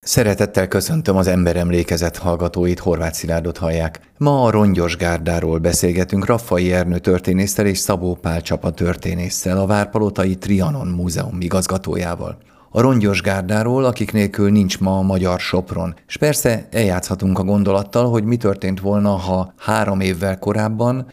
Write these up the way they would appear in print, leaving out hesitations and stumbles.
Szeretettel köszöntöm az Emberemlékezet hallgatóit, Horváth Szilárdot hallják. Ma a Rongyos Gárdáról beszélgetünk Raffai Ernő történésszel és Szabó Pál Csaba történésszel, a Várpalotai Trianon Múzeum igazgatójával. A Rongyos Gárdáról, akik nélkül nincs ma a magyar Sopron. És persze eljátszhatunk a gondolattal, hogy mi történt volna, ha 3 évvel korábban,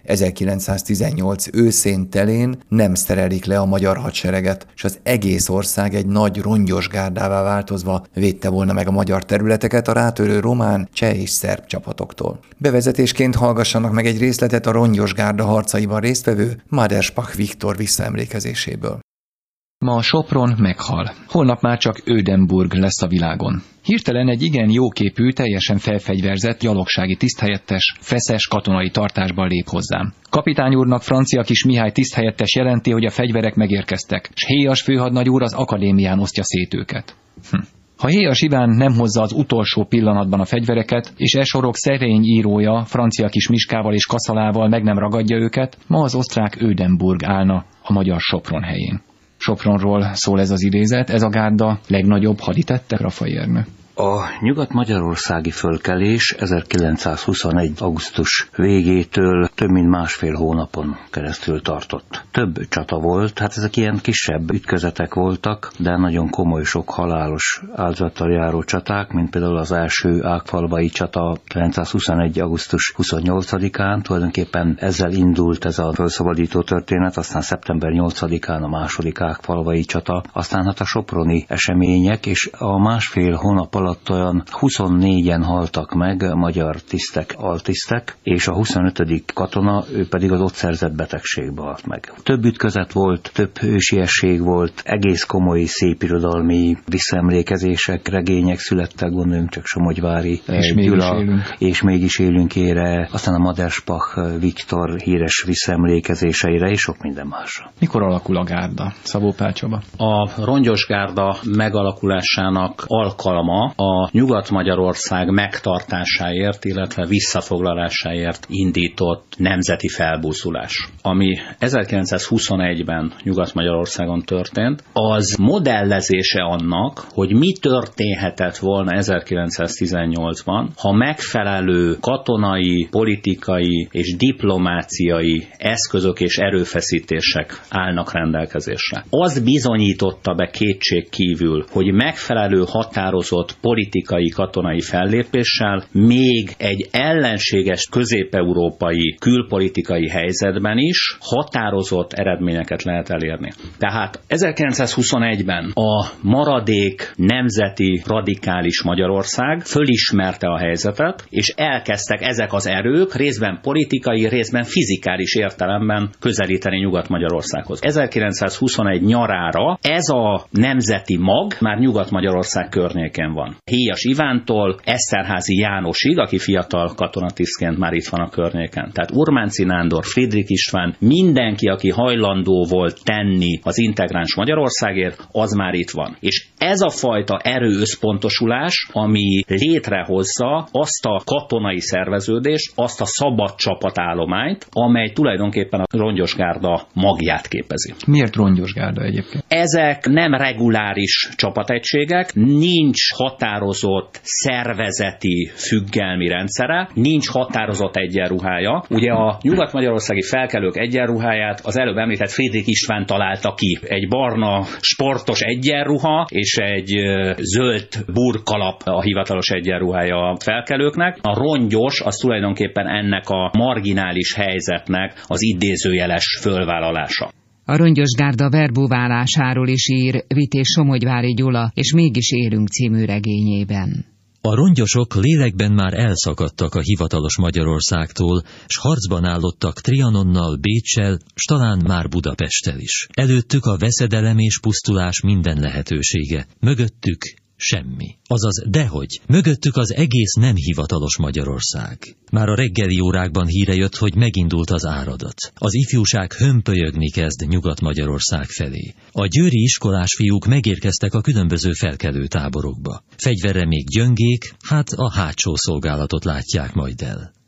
1918 őszén telén nem szerelik le a magyar hadsereget, és az egész ország egy nagy Rongyos Gárdává változva védte volna meg a magyar területeket a rátörő román, cseh és szerb csapatoktól. Bevezetésként hallgassanak meg egy részletet a Rongyos Gárda harcaiban résztvevő Maderspach Viktor visszaemlékezéséből. Ma a Sopron meghal. Holnap már csak Ödenburg lesz a világon. Hirtelen egy igen jóképű, teljesen felfegyverzett gyalogsági tiszthelyettes, feszes katonai tartásban lép hozzám. Kapitány úrnak Francia Kis Mihály tiszthelyettes jelenti, hogy a fegyverek megérkeztek, s Héjas főhadnagy úr az akadémián osztja szét őket. Ha Héjas Iván nem hozza az utolsó pillanatban a fegyvereket, és e sorok szerény írója Francia Kis Miskával és Kaszalával meg nem ragadja őket, ma az osztrák Ödenburg állna a magyar Sopron helyén. Sopronról szól ez az idézet, ez a gárda legnagyobb haditette, Raffai Ernő. A nyugat-magyarországi fölkelés 1921. augusztus végétől több mint másfél hónapon keresztül tartott. Több csata volt, hát ezek ilyen kisebb ütközetek voltak, de nagyon komoly, sok halálos áldozattal járó csaták, mint például az első ágfalvai csata 1921. augusztus 28-án, tulajdonképpen ezzel indult ez a felszabadító történet, aztán szeptember 8-án a második ágfalvai csata, aztán hát a soproni események, és a másfél hónap alatt olyan 24-en haltak meg magyar tisztek, altisztek, és a 25. katona, ő pedig az ott szerzett betegségbe halt meg. Több ütközet volt, több hősiesség volt, egész komoly szépirodalmi visszaemlékezések, regények születtek, gondoljunk csak Somogyvári Gyula, és mégis élünk ére, aztán a Maderspach Viktor híres visszaemlékezéseire, és sok minden másra. Mikor alakul a gárda, Szabó Pál Csaba? A Rongyos Gárda megalakulásának alkalma a Nyugat-Magyarország megtartásáért, illetve visszafoglalásáért indított nemzeti felbuzdulás, ami 1921-ben Nyugat-Magyarországon történt, az modellezése annak, hogy mi történhetett volna 1918-ban, ha megfelelő katonai, politikai és diplomáciai eszközök és erőfeszítések állnak rendelkezésre. Az bizonyította be kétség kívül, hogy megfelelő határozott politikai, katonai fellépéssel még egy ellenséges közép-európai külpolitikai helyzetben is határozott eredményeket lehet elérni. Tehát 1921-ben a maradék nemzeti radikális Magyarország fölismerte a helyzetet, és elkezdtek ezek az erők részben politikai, részben fizikális értelemben közelíteni Nyugat-Magyarországhoz. 1921 nyarára ez a nemzeti mag már Nyugat-Magyarország környéken van. Héjas Ivántól Eszterházy Jánosig, aki fiatal katonatisztként már itt van a környéken. Tehát Urmánci Nándor, Friedrich István, mindenki, aki hajlandó volt tenni az integráns Magyarországért, az már itt van. És ez a fajta erőösszpontosulás, ami létrehozza azt a katonai szerveződést, azt a szabad csapatállományt, amely tulajdonképpen a Rongyos Gárda magját képezi. Miért Rongyos Gárda egyébként? Ezek nem reguláris csapategységek, nincs határozott szervezeti függelmi rendszere, nincs határozott egyenruhája. Ugye a nyugat-magyarországi felkelők egyenruháját az előbb említett Friedrich István találta ki. Egy barna sportos egyenruha és egy zöld burkalap a hivatalos egyenruhája a felkelőknek. A rongyos az tulajdonképpen ennek a marginális helyzetnek az idézőjeles fölvállalása. A Rongyos Gárda verbóválásáról is ír Vitéz Somogyvári Gyula, és Mégis élünk című regényében. A rongyosok lélekben már elszakadtak a hivatalos Magyarországtól, s harcban állottak Trianonnal, Béccsel, s talán már Budapesttel is. Előttük a veszedelem és pusztulás minden lehetősége, mögöttük semmi. Azaz dehogy, mögöttük az egész nem hivatalos Magyarország. Már a reggeli órákban híre jött, hogy megindult az áradat. Az ifjúság hömpölyögni kezd Nyugat-Magyarország felé. A győri iskolás fiúk megérkeztek a különböző felkelő táborokba. Fegyverre még gyöngék, hát a hátsó szolgálatot látják majd el.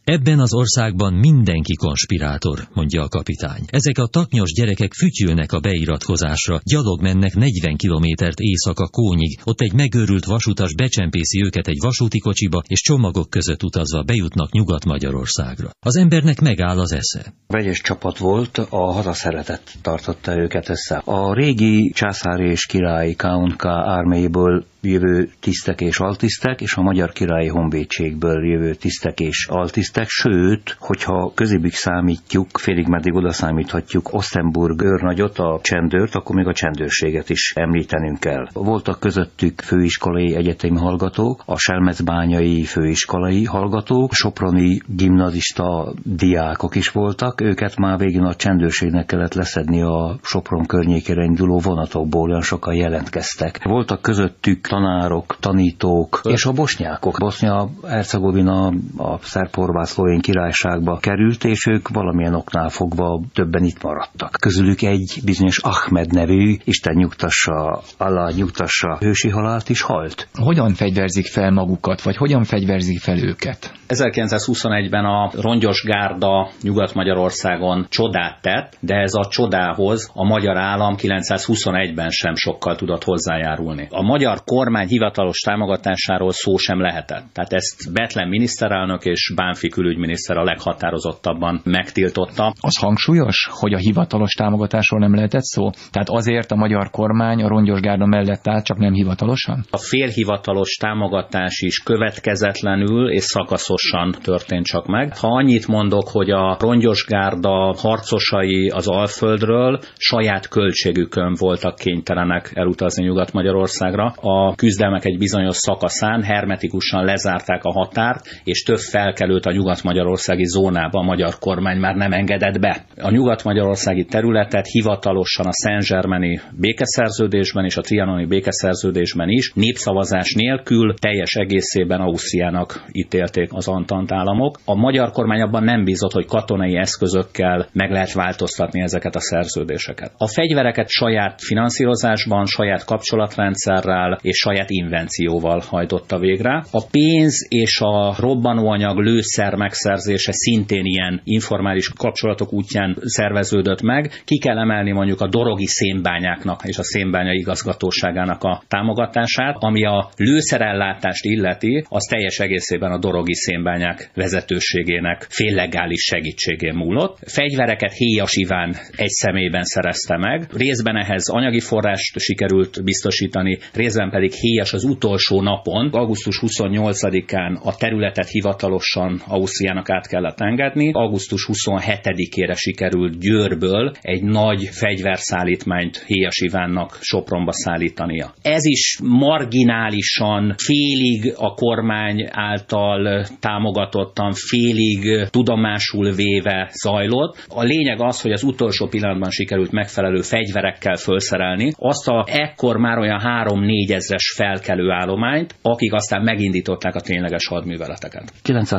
Ebben az országban mindenki konspirátor, mondja a kapitány. Ezek a taknyos gyerekek fütyülnek a beiratkozásra, gyalog mennek 40 kilométert éjszaka Kónyig, ott egy megőrült vasutas becsempészi őket egy vasúti kocsiba, és csomagok között utazva bejutnak Nyugat-Magyarországra. Az embernek megáll az esze. Vegyes csapat volt, a hazaszeretet tartotta őket össze. A régi császári és királyi K.K. árméjéből jövő tisztek és altisztek, és a Magyar Királyi Honvédségből jövő tisztek és altisztek, sőt, hogyha közébük számítjuk, félig meddig oda számíthatjuk Ostenburg őrnagyot, a csendőrt, akkor még a csendőrséget is említenünk kell. Voltak közöttük főiskolai egyetemi hallgatók, a selmecbányai főiskolai hallgatók, soproni gimnazista diákok is voltak, őket már végén a csendőrségnek kellett leszedni a Sopron környékére induló vonatokból, olyan sokan jelentkeztek. Voltak közöttük tanárok, tanítók, és a bosnyákok. Bosznia-Hercegovina a szerb-horvát-szlovén királyságba került, és ők valamilyen oknál fogva többen itt maradtak. Közülük egy bizonyos Ahmed nevű, Isten nyugtassa, Allah nyugtassa, hősi halált is halt. Hogyan fegyverzik fel magukat, vagy hogyan fegyverzik fel őket? 1921-ben a Rongyos Gárda Nyugat-Magyarországon csodát tett, de ez a csodához a magyar állam 921-ben sem sokkal tudott hozzájárulni. A magyar kormány hivatalos támogatásáról szó sem lehetett. Tehát ezt Bethlen miniszterelnök és Bánffy külügyminiszter a leghatározottabban megtiltotta. Az hangsúlyos, hogy a hivatalos támogatásról nem lehetett szó? Tehát azért a magyar kormány a Rongyos Gárda mellett állt, csak nem hivatalosan? A félhivatalos támogatás is következetlenül és szakaszosan történt csak meg. Ha annyit mondok, hogy a Rongyos Gárda harcosai az Alföldről saját költségükön voltak kénytelenek elutazni Nyugat-Magyarországra, a küzdelmek egy bizonyos szakaszán hermetikusan lezárták a határt, és több felkelőt a nyugat-magyarországi zónába a magyar kormány már nem engedett be. A nyugat-magyarországi területet hivatalosan a Saint-Germaini békeszerződésben és a trianoni békeszerződésben is népszavazás nélkül teljes egészében Ausztriának ítélték az Antant államok. A magyar kormány abban nem bízott, hogy katonai eszközökkel meg lehet változtatni ezeket a szerződéseket. A fegyvereket saját finanszírozásban, saját kapcsolatrendszerrel és saját invencióval hajtotta végre. A pénz és a robbanóanyag, lőszer megszerzése szintén ilyen informális kapcsolatok útján szerveződött meg. Ki kell emelni mondjuk a dorogi szénbányáknak és a szénbánya igazgatóságának a támogatását, ami a lőszerellátást illeti, az teljes egészében a dorogi szénbányák vezetőségének féllegális segítségén múlott. Fegyvereket Héjas Iván egy személyben szerezte meg. Részben ehhez anyagi forrást sikerült biztosítani, részben pedig Héjas az utolsó napon, augusztus 28-án a területet hivatalosan Ausztriának át kellett engedni. Augusztus 27-ére sikerült Győrből egy nagy fegyverszállítmányt Héjas Ivánnak Sopronba szállítania. Ez is marginálisan, félig a kormány által támogatottan, félig tudomásul véve zajlott. A lényeg az, hogy az utolsó pillanatban sikerült megfelelő fegyverekkel felszerelni azt a ekkor már olyan 3-4 ezres felkelő állományt, akik aztán megindították a tényleges hadműveleteket.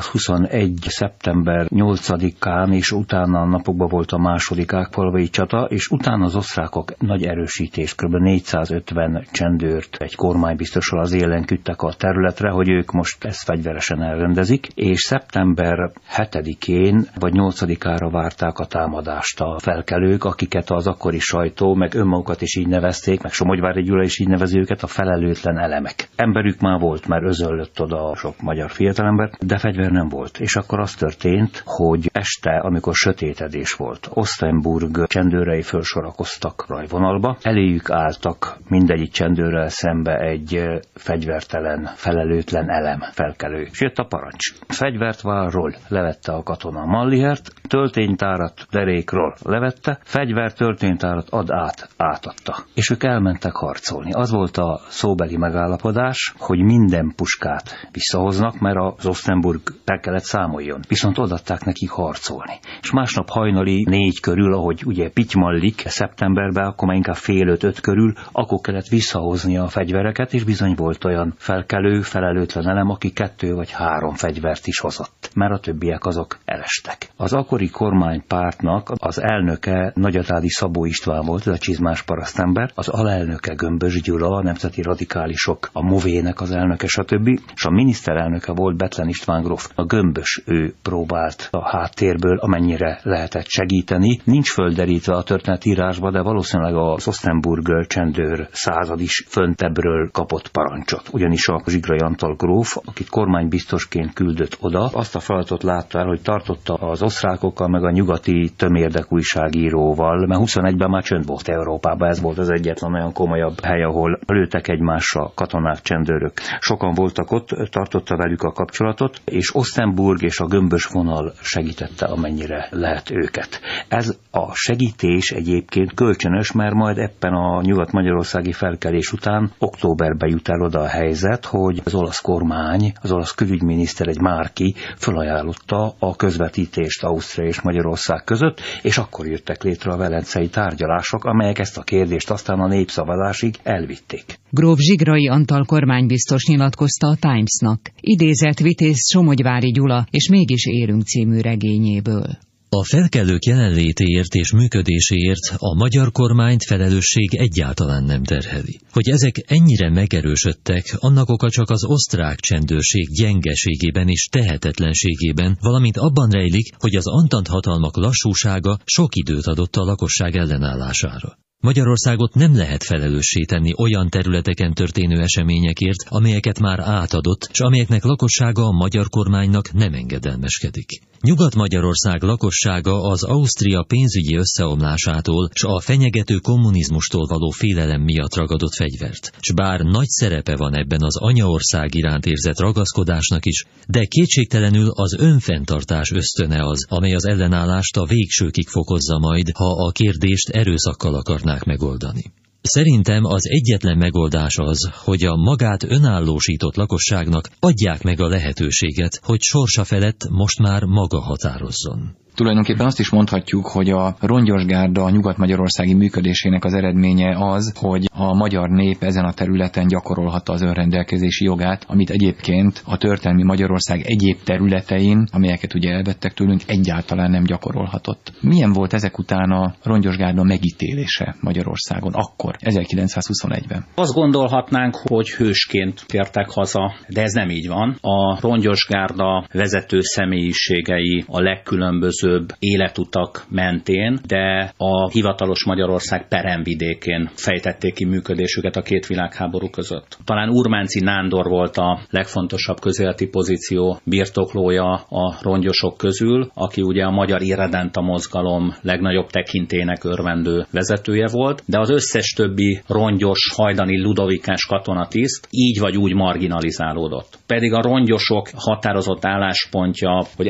921. szeptember 8-án és utána a napokban volt a második ágfalvai csata, és utána az osztrákok nagy erősítés, kb. 450 csendőrt egy kormánybiztossal az élen küldtek a területre, hogy ők most ezt fegyveresen elrendezik, és szeptember 7-én vagy 8-ára várták a támadást a felkelők, akiket az akkori sajtó, meg önmagukat is így nevezték, meg Somogyvári Gyula is így nevezi őket, a felelőtlen elemek. Emberük már volt, mert özöllött oda sok magyar fiatalember, de fegyver nem volt. És akkor az történt, hogy este, amikor sötétedés volt, Ostenburg csendőrei fölsorakoztak rajvonalba, eléjük álltak mindegyik csendőrrel szembe egy fegyvertelen, felelőtlen elem, felkelő. És jött a parancs. Fegyvert várról levette a katona Mallihert, tölténytárat derékról levette, fegyver tölténytárat átadta. És ők elmentek harcolni. Az volt a szóbeli megállapodás, hogy minden puskát visszahoznak, mert az Ostenburg el kellett számoljon. Viszont odaadták nekik harcolni. És másnap hajnali 4 körül, ahogy ugye pitymallik szeptemberben, akkor már inkább fél 5 körül, akkor kellett visszahozni a fegyvereket, és bizony volt olyan felkelő, felelőtlen elem, aki 2 vagy 3 fegyver fegyvert is hozott, mert a többiek azok elestek. Az akkori kormánypártnak az elnöke Nagyatádi Szabó István volt, ez a csizmás parasztember, az alelnöke Gömbös Gyula, a nemzeti radikálisok, a Movének az elnöke, stb. És a miniszterelnöke volt Bethlen István gróf. A Gömbös, ő próbált a háttérből amennyire lehetett segíteni. Nincs földerítve a történetírásba, de valószínűleg az Ostenburg csendőr század is föntebbről kapott parancsot. Ugyanis a Zsigray Antal gróf, akit kormánybiztosként küldött oda, azt a feladatot látta el, hogy tartotta az osztrákokkal meg a nyugati tömérdek újságíróval, mert 21-ben már csönd volt Európában, ez volt az egyetlen olyan komolyabb hely, ahol lőttek egymásra katonák, csendőrök. Sokan voltak ott, tartotta velük a kapcsolatot, és Ostenburg és a Gömbös vonal segítette, amennyire lehet őket. Ez a segítés egyébként kölcsönös, mert majd ebben a nyugat-magyarországi felkelés után októberben jut el oda a helyzet, hogy az olasz kormány, az olasz külügyminiszter, egy Márki felajánlotta a közvetítést Ausztria és Magyarország között, és akkor jöttek létre a velencei tárgyalások, amelyek ezt a kérdést aztán a népszavazásig elvitték. Gróf Zsigray Antal kormánybiztos nyilatkozta a Timesnak. Idézett Vitéz Somogyvári Gyula és Mégis élünk című regényéből. A felkelők jelenlétéért és működéséért a magyar kormányt felelősség egyáltalán nem terheli. Hogy ezek ennyire megerősödtek, annak oka csak az osztrák csendőrség gyengeségében és tehetetlenségében, valamint abban rejlik, hogy az antant hatalmak lassúsága sok időt adott a lakosság ellenállására. Magyarországot nem lehet felelőssé tenni olyan területeken történő eseményekért, amelyeket már átadott, s amelyeknek lakossága a magyar kormánynak nem engedelmeskedik. Nyugat-Magyarország lakossága az Ausztria pénzügyi összeomlásától s a fenyegető kommunizmustól való félelem miatt ragadott fegyvert. S bár nagy szerepe van ebben az anyaország iránt érzett ragaszkodásnak is, de kétségtelenül az önfenntartás ösztöne az, amely az ellenállást a végsőkig fokozza majd, ha a kérdést erőszakkal akarnák megoldani. Szerintem az egyetlen megoldás az, hogy a magát önállósított lakosságnak adják meg a lehetőséget, hogy sorsa felett most már maga határozzon. Tulajdonképpen azt is mondhatjuk, hogy a rongyosgárda nyugat-magyarországi működésének az eredménye az, hogy a magyar nép ezen a területen gyakorolhatta az önrendelkezési jogát, amit egyébként a történelmi Magyarország egyéb területein, amelyeket ugye elvettek tőlünk, egyáltalán nem gyakorolhatott. Milyen volt ezek után a rongyosgárda megítélése Magyarországon akkor, 1921-ben? Azt gondolhatnánk, hogy hősként tértek haza, de ez nem így van. A rongyosgárda vezető személyiségei a legkülönbözőbb életutak mentén, de a hivatalos Magyarország peremvidékén fejtették ki működésüket a két világháború között. Talán Urmánci Nándor volt a legfontosabb közéleti pozíció birtoklója a rongyosok közül, aki ugye a magyar irredenta mozgalom legnagyobb tekintélynek örvendő vezetője volt, de az összes többi rongyos, hajdani ludovikás katonatiszt így vagy úgy marginalizálódott. Pedig a rongyosok határozott álláspontja, hogy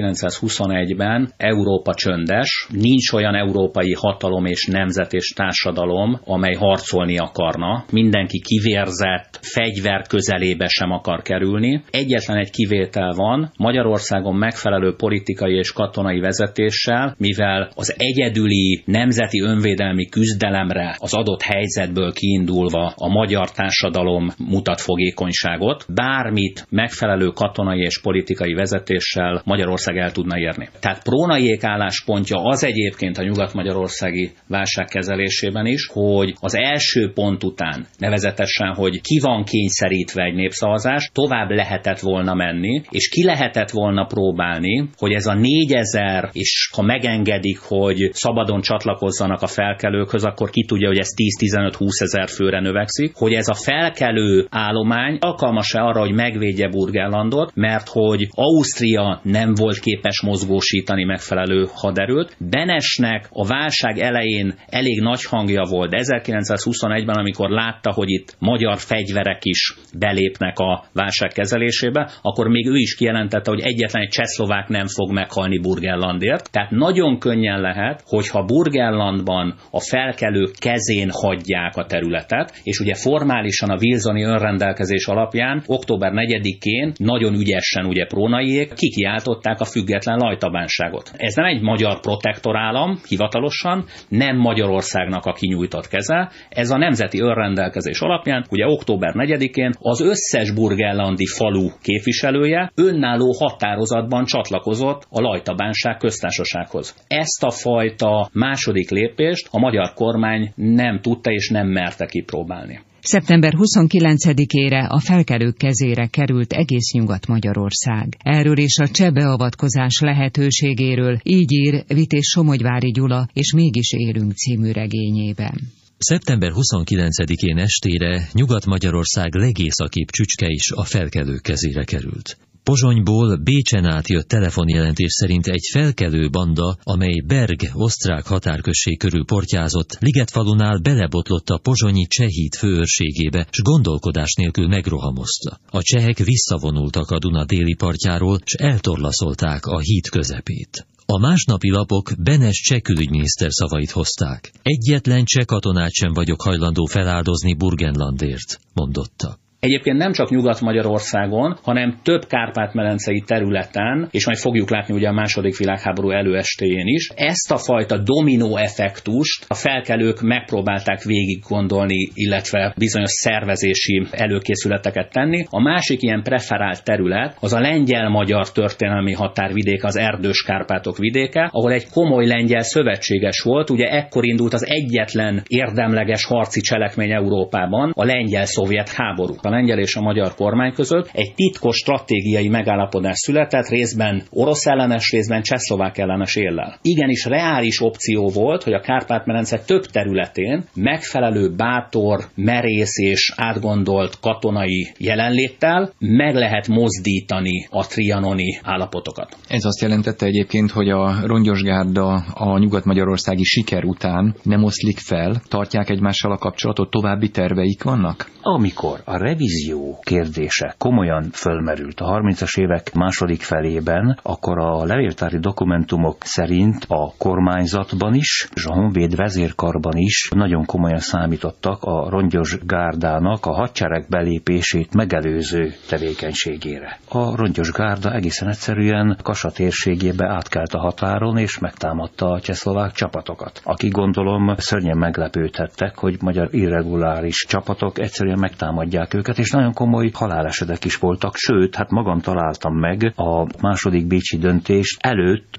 1921-ben Európa csöndes, nincs olyan európai hatalom és nemzet és társadalom, amely harcolni akarna. Mindenki kivérzett, fegyver közelébe sem akar kerülni. Egyetlen egy kivétel van, Magyarországon megfelelő politikai és katonai vezetéssel, mivel az egyedüli nemzeti önvédelmi küzdelemre az adott helyzetből kiindulva a magyar társadalom mutat fogékonyságot, bármit megfelelő katonai és politikai vezetéssel Magyarország el tudna érni. Tehát Prónaiék álláspontja az egyébként a nyugat-magyarországi válság kezelésében is, hogy az első pont után, nevezetesen, hogy ki van kényszerítve egy népszavazás, tovább lehetett volna menni, és ki lehetett volna próbálni, hogy ez a 4000, és ha megengedik, hogy szabadon csatlakozzanak a felkelőkhöz, akkor ki tudja, hogy ez 10-15-20 ezer főre növekszik, hogy ez a felkelő állomány alkalmas-e arra, hogy megvédje Burgenlandot, mert hogy Ausztria nem volt képes mozgósítani megfelelő haderőt. Benesnek a válság elején elég nagy hangja volt, de 1921-ben, amikor látta, hogy itt magyar fegyverek is belépnek a válság kezelésébe, akkor még ő is kijelentette, hogy egyetlen egy csehszlovák nem fog meghalni Burgenlandért. Tehát nagyon könnyen lehet, hogyha Burgenlandban a felkelők kezén hagyják a területet, és ugye formálisan a wilsoni önrendelkezés alapján október 4-én nagyon ügyesen ugye Prónaiék kikiáltották a független Lajtabánságot. Magyarországot. Ez nem egy magyar protektorállam hivatalosan, nem Magyarországnak a kinyújtott keze, ez a nemzeti önrendelkezés alapján, ugye október 4-én az összes burgenlandi falu képviselője önálló határozatban csatlakozott a Lajta-Bánság köztársasághoz. Ezt a fajta második lépést a magyar kormány nem tudta és nem merte kipróbálni. Szeptember 29-ére a felkelők kezére került egész Nyugat-Magyarország. Erről és a cseh beavatkozás lehetőségéről így ír Vitéz Somogyvári Gyula és Mégis élünk című regényében. Szeptember 29-én estére Nyugat-Magyarország legészakibb csücske is a felkelők kezére került. Pozsonyból Bécsen átjött telefonjelentés szerint egy felkelő banda, amely Berg osztrák határközség körül portyázott, Ligetfalunál belebotlott a pozsonyi cseh híd főőrségébe, s gondolkodás nélkül megrohamozta. A csehek visszavonultak a Duna déli partjáról, s eltorlaszolták a híd közepét. A másnapi lapok Benes cseh külügyminiszter szavait hozták. Egyetlen cseh katonát sem vagyok hajlandó feláldozni Burgenlandért, mondotta. Egyébként nem csak Nyugat-Magyarországon, hanem több kárpát-medencei területen, és majd fogjuk látni ugye a második világháború előestéjén is, ezt a fajta dominó effektust a felkelők megpróbálták végig gondolni, illetve bizonyos szervezési előkészületeket tenni. A másik ilyen preferált terület az a lengyel-magyar történelmi határvidék, az Erdős Kárpátok vidéke, ahol egy komoly lengyel szövetséges volt, ugye ekkor indult az egyetlen érdemleges harci cselekmény Európában, a lengyel-szovjet háború. A lengyel és a magyar kormány között egy titkos stratégiai megállapodás született, részben orosz ellenes, részben csehszlovák ellenes éllel. Igenis reális opció volt, hogy a Kárpát-medence több területén megfelelő bátor, merész és átgondolt katonai jelenléttel meg lehet mozdítani a trianoni állapotokat. Ez azt jelentette egyébként, hogy a Rongyosgárda a nyugat-magyarországi siker után nem oszlik fel, tartják egymással a kapcsolatot, további terveik vannak? Amikor a revízió kérdése komolyan fölmerült a 30-as évek második felében, akkor a levéltári dokumentumok szerint a kormányzatban is, és a honvéd vezérkarban is nagyon komolyan számítottak a Rongyosgárdának a hadsereg belépését megelőző tevékenységére. A Rongyosgárda egészen egyszerűen Kassa térségébe átkelt a határon, és megtámadta a csehszlovák csapatokat, akik gondolom szörnyen meglepődhettek, hogy magyar irreguláris csapatok egyszerűen megtámadják őket, és nagyon komoly halálesetek is voltak, sőt, hát magam találtam meg a második bécsi döntés előtt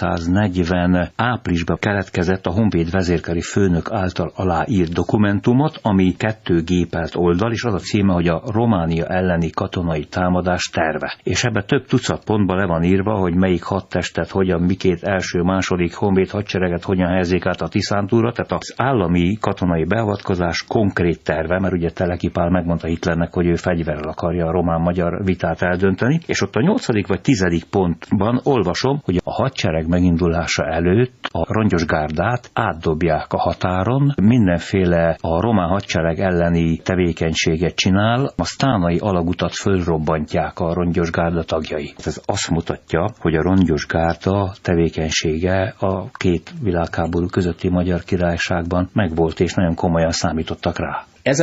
940 áprilisban keletkezett a honvéd vezérkari főnök által aláírt dokumentumot, ami 2 gépelt oldal, és az a címe, hogy a Románia elleni katonai támadás terve. És ebbe több tucat pontban le van írva, hogy melyik hadtestet, hogyan, mikét első, második honvéd hadsereget hogyan helyezik át a Tiszántúra, tehát az állami katonai beavatkozás konkrét terve, mert ugye Teleki Pál megmondta Hitlernek, hogy ő fegyverrel akarja a román-magyar vitát eldönteni, és ott a 8. vagy 10. pontban olvasom, hogy a hadsereg megindulása előtt a Rongyosgárdát átdobják a határon, mindenféle a román hadsereg elleni tevékenységet csinál, a sztánai alagutat fölrobbantják a Rongyosgárda tagjai. Ez azt mutatja, hogy a Rongyosgárda tevékenysége a 2 világháború közötti Magyar Királyságban megvolt, és nagyon komolyan számítottak rá.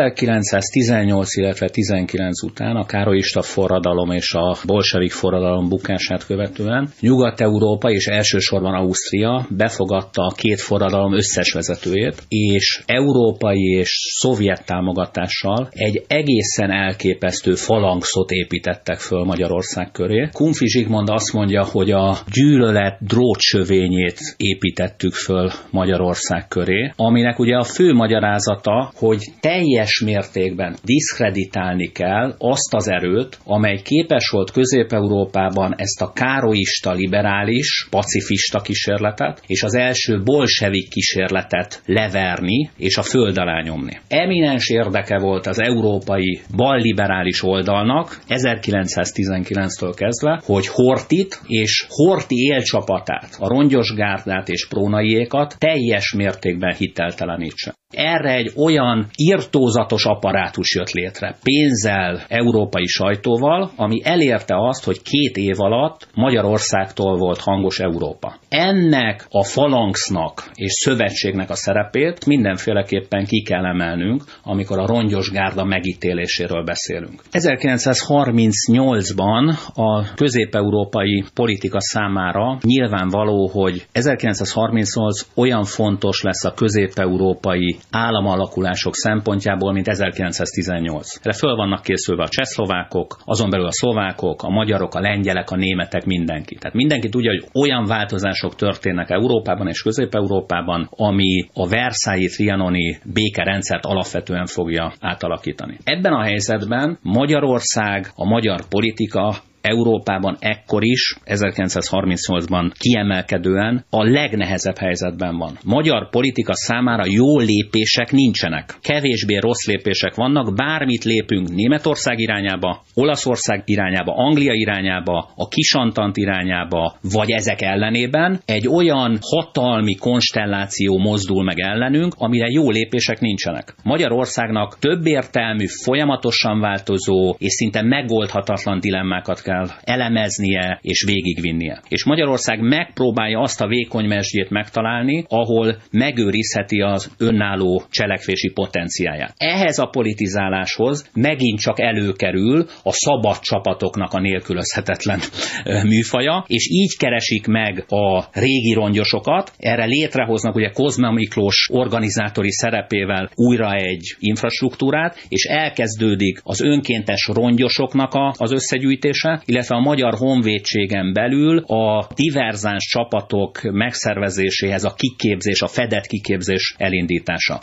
1918, illetve 19 után a károlyista forradalom és a bolsevik forradalom bukását követően Nyugat-Európa és elsősorban Ausztria befogadta a 2 forradalom összes vezetőjét, és európai és szovjet támogatással egy egészen elképesztő falangszot építettek föl Magyarország köré. Kunfi Zsigmond azt mondja, hogy a gyűlölet drótsövényét építettük föl Magyarország köré, aminek ugye a fő magyarázata, hogy teljes mértékben diszkreditálni kell azt az erőt, amely képes volt Közép-Európában ezt a károlyista, liberális, pacifista kísérletet, és az első bolsevik kísérletet leverni, és a föld alá nyomni. Eminens érdeke volt az európai balliberális oldalnak 1919-től kezdve, hogy Horthyt és Horthy élcsapatát, a Rongyosgárdát és Prónaiékat teljes mértékben hiteltelenítse. Erre egy olyan irtózatos apparátus jött létre, pénzzel, európai sajtóval, ami elérte azt, hogy 2 év alatt Magyarországtól volt hangos Európa. Ennek a falanxnak és szövetségnek a szerepét mindenféleképpen ki kell emelnünk, amikor a rongyos gárda megítéléséről beszélünk. 1938-ban a közép-európai politika számára nyilvánvaló, hogy 1938 olyan fontos lesz a közép-európai államalakulások szempontjából, mint 1918. Erre föl vannak készülve a csehszlovákok, azon belül a szlovákok, a magyarok, a lengyelek, a németek, mindenki. Tehát mindenki tudja, hogy olyan változások történnek Európában és Közép-Európában, ami a versailles trianoni békerendszert alapvetően fogja átalakítani. Ebben a helyzetben Magyarország, a magyar politika Európában ekkor is, 1938-ban kiemelkedően a legnehezebb helyzetben van. Magyar politika számára jó lépések nincsenek. Kevésbé rossz lépések vannak, bármit lépünk Németország irányába, Olaszország irányába, Anglia irányába, a Kisantant irányába, vagy ezek ellenében egy olyan hatalmi konstelláció mozdul meg ellenünk, amire jó lépések nincsenek. Magyarországnak többértelmű, folyamatosan változó és szinte megoldhatatlan dilemmákat kell elemeznie és végigvinnie. És Magyarország megpróbálja azt a vékony mesdjét megtalálni, ahol megőrizheti az önálló cselekvési potenciáját. Ehhez a politizáláshoz megint csak előkerül a szabad csapatoknak a nélkülözhetetlen műfaja, és így keresik meg a régi rongyosokat. Erre létrehoznak ugye Kozma Miklós organizátori szerepével újra egy infrastruktúrát, és elkezdődik az önkéntes rongyosoknak az összegyűjtése, illetve a Magyar Honvédségen belül a diverzáns csapatok megszervezéséhez a kiképzés, a fedett kiképzés elindítása.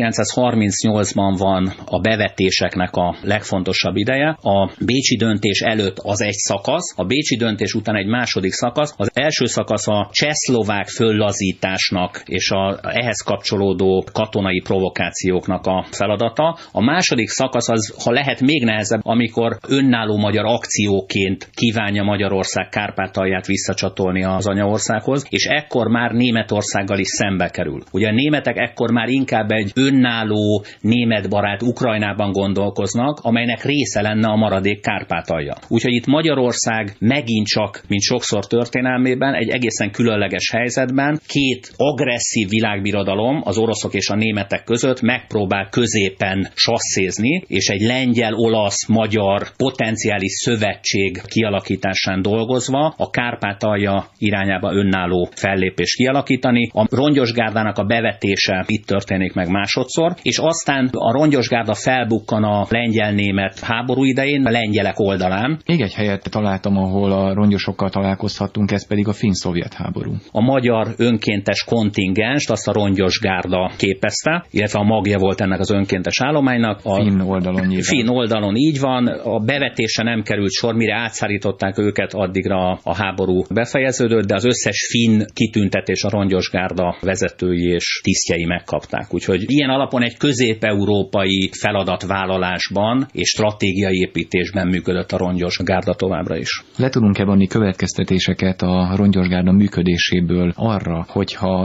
1938-ban van a bevetéseknek a legfontosabb ideje. A bécsi döntés előtt az egy szakasz, a bécsi döntés után egy második szakasz. Az első szakasz a csehszlovák föllazításnak és ehhez kapcsolódó katonai provokációknak a feladata. A második szakasz az, ha lehet, még nehezebb, amikor önálló magyar akcióként kívánja Magyarország Kárpátalját visszacsatolni az anyaországhoz, és ekkor már Németországgal is szembe kerül. Ugye a németek ekkor már inkább egy önálló németbarát Ukrajnában gondolkoznak, amelynek része lenne a maradék Kárpátalja. Úgyhogy itt Magyarország megint csak, mint sokszor történelmében, egy egészen különleges helyzetben 2 agresszív világbirodalom, az oroszok és a németek között megpróbál középen sasszézni, és egy lengyel, olasz, magyar potenciális szövetség kialakításán dolgozva a Kárpátalja irányába önálló fellépést kialakítani. A rongyosgárdának a bevetése itt történik meg másodszor, és aztán a rongyosgárda felbukkan a lengyel-német háború idején, a lengyelek oldalán. Még egy helyet találtam, ahol a rongyosokkal találkozhattunk, ez pedig a finn-szovjet háború. A magyar önkéntes kontingenst azt a rongyosgárda képezte, illetve a magja volt ennek az önkéntes állománynak. A finn oldalon így van, a bevetése nem került sor, mire átszárították őket, addigra a háború befejeződött, de az összes finn kitüntetés a rongyosgárda vezetői és tisztjei megkapták. Úgyhogy ilyen alapon egy közép-európai feladatvállalásban és stratégiai építésben működött a rongyosgárda továbbra is. Le tudunk-e vonni következtetéseket a rongyosgárda működéséből arra, hogyha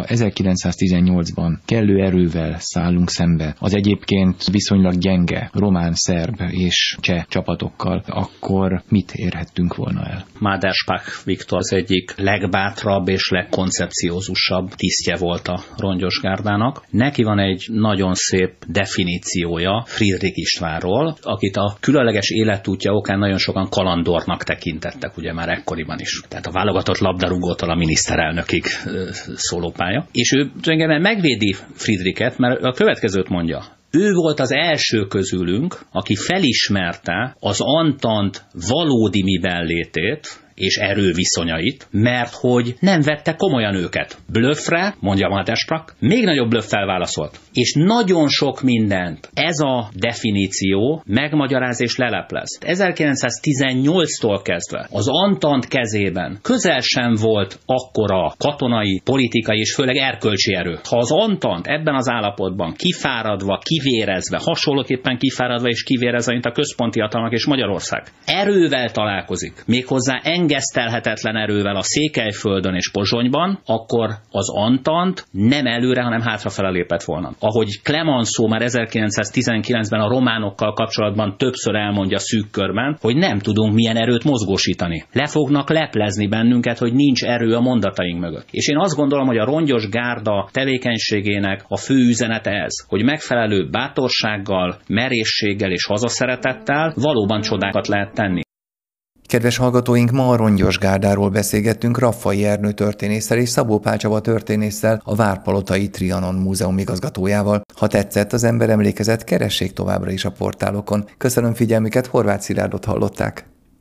1918-ban kellő erővel szállunk szembe az egyébként viszonylag gyenge román, szerb és cseh csapatokkal, akkor mit érhettünk volna el? Máderspach Viktor az egyik legbátrabb és legkoncepciózusabb tisztje volt a rongyosgárdának. Neki van egy nagyon szép definíciója Friedrich Istvánról, akit a különleges életútja okán nagyon sokan kalandornak tekintettek, ugye már ekkoriban is. Tehát a válogatott labdarúgótól a miniszterelnökig szóló pálya. És ő tulajdonképpen megvédi Friedrichet, mert a következőt mondja. Ő volt az első közülünk, aki felismerte az Antant valódi mibenlétét és erőviszonyait, mert hogy nem vette komolyan őket. Blöffre, mondja Máderspach, még nagyobb blöffel válaszolt. És nagyon sok mindent ez a definíció megmagyaráz és leleplez. 1918-tól kezdve az Antant kezében közel sem volt akkora katonai, politikai és főleg erkölcsi erő. Ha az Antant ebben az állapotban kifáradva, kivérezve, hasonlóképpen kifáradva és kivérezve, mint a központi hatalmak és Magyarország, erővel találkozik, méghozzá engesztelhetetlen erővel a Székelyföldön és Pozsonyban, akkor az Antant nem előre, hanem hátrafele lépett volna. Ahogy Clemenceau már 1919-ben a románokkal kapcsolatban többször elmondja szűk körben, hogy nem tudunk milyen erőt mozgósítani. Le fognak leplezni bennünket, hogy nincs erő a mondataink mögött. És én azt gondolom, hogy a Rongyos Gárda tevékenységének a fő üzenete ez, hogy megfelelő bátorsággal, merészséggel és hazaszeretettel valóban csodákat lehet tenni. Kedves hallgatóink, ma a Rongyos Gárdáról beszélgettünk Raffai Ernő történésszel és Szabó Pál Csaba történésszel, a Várpalotai Trianon Múzeum igazgatójával. Ha tetszett az emberemlékezet, keressék továbbra is a portálokon. Köszönöm figyelmüket, Horváth Szilárdot hallották.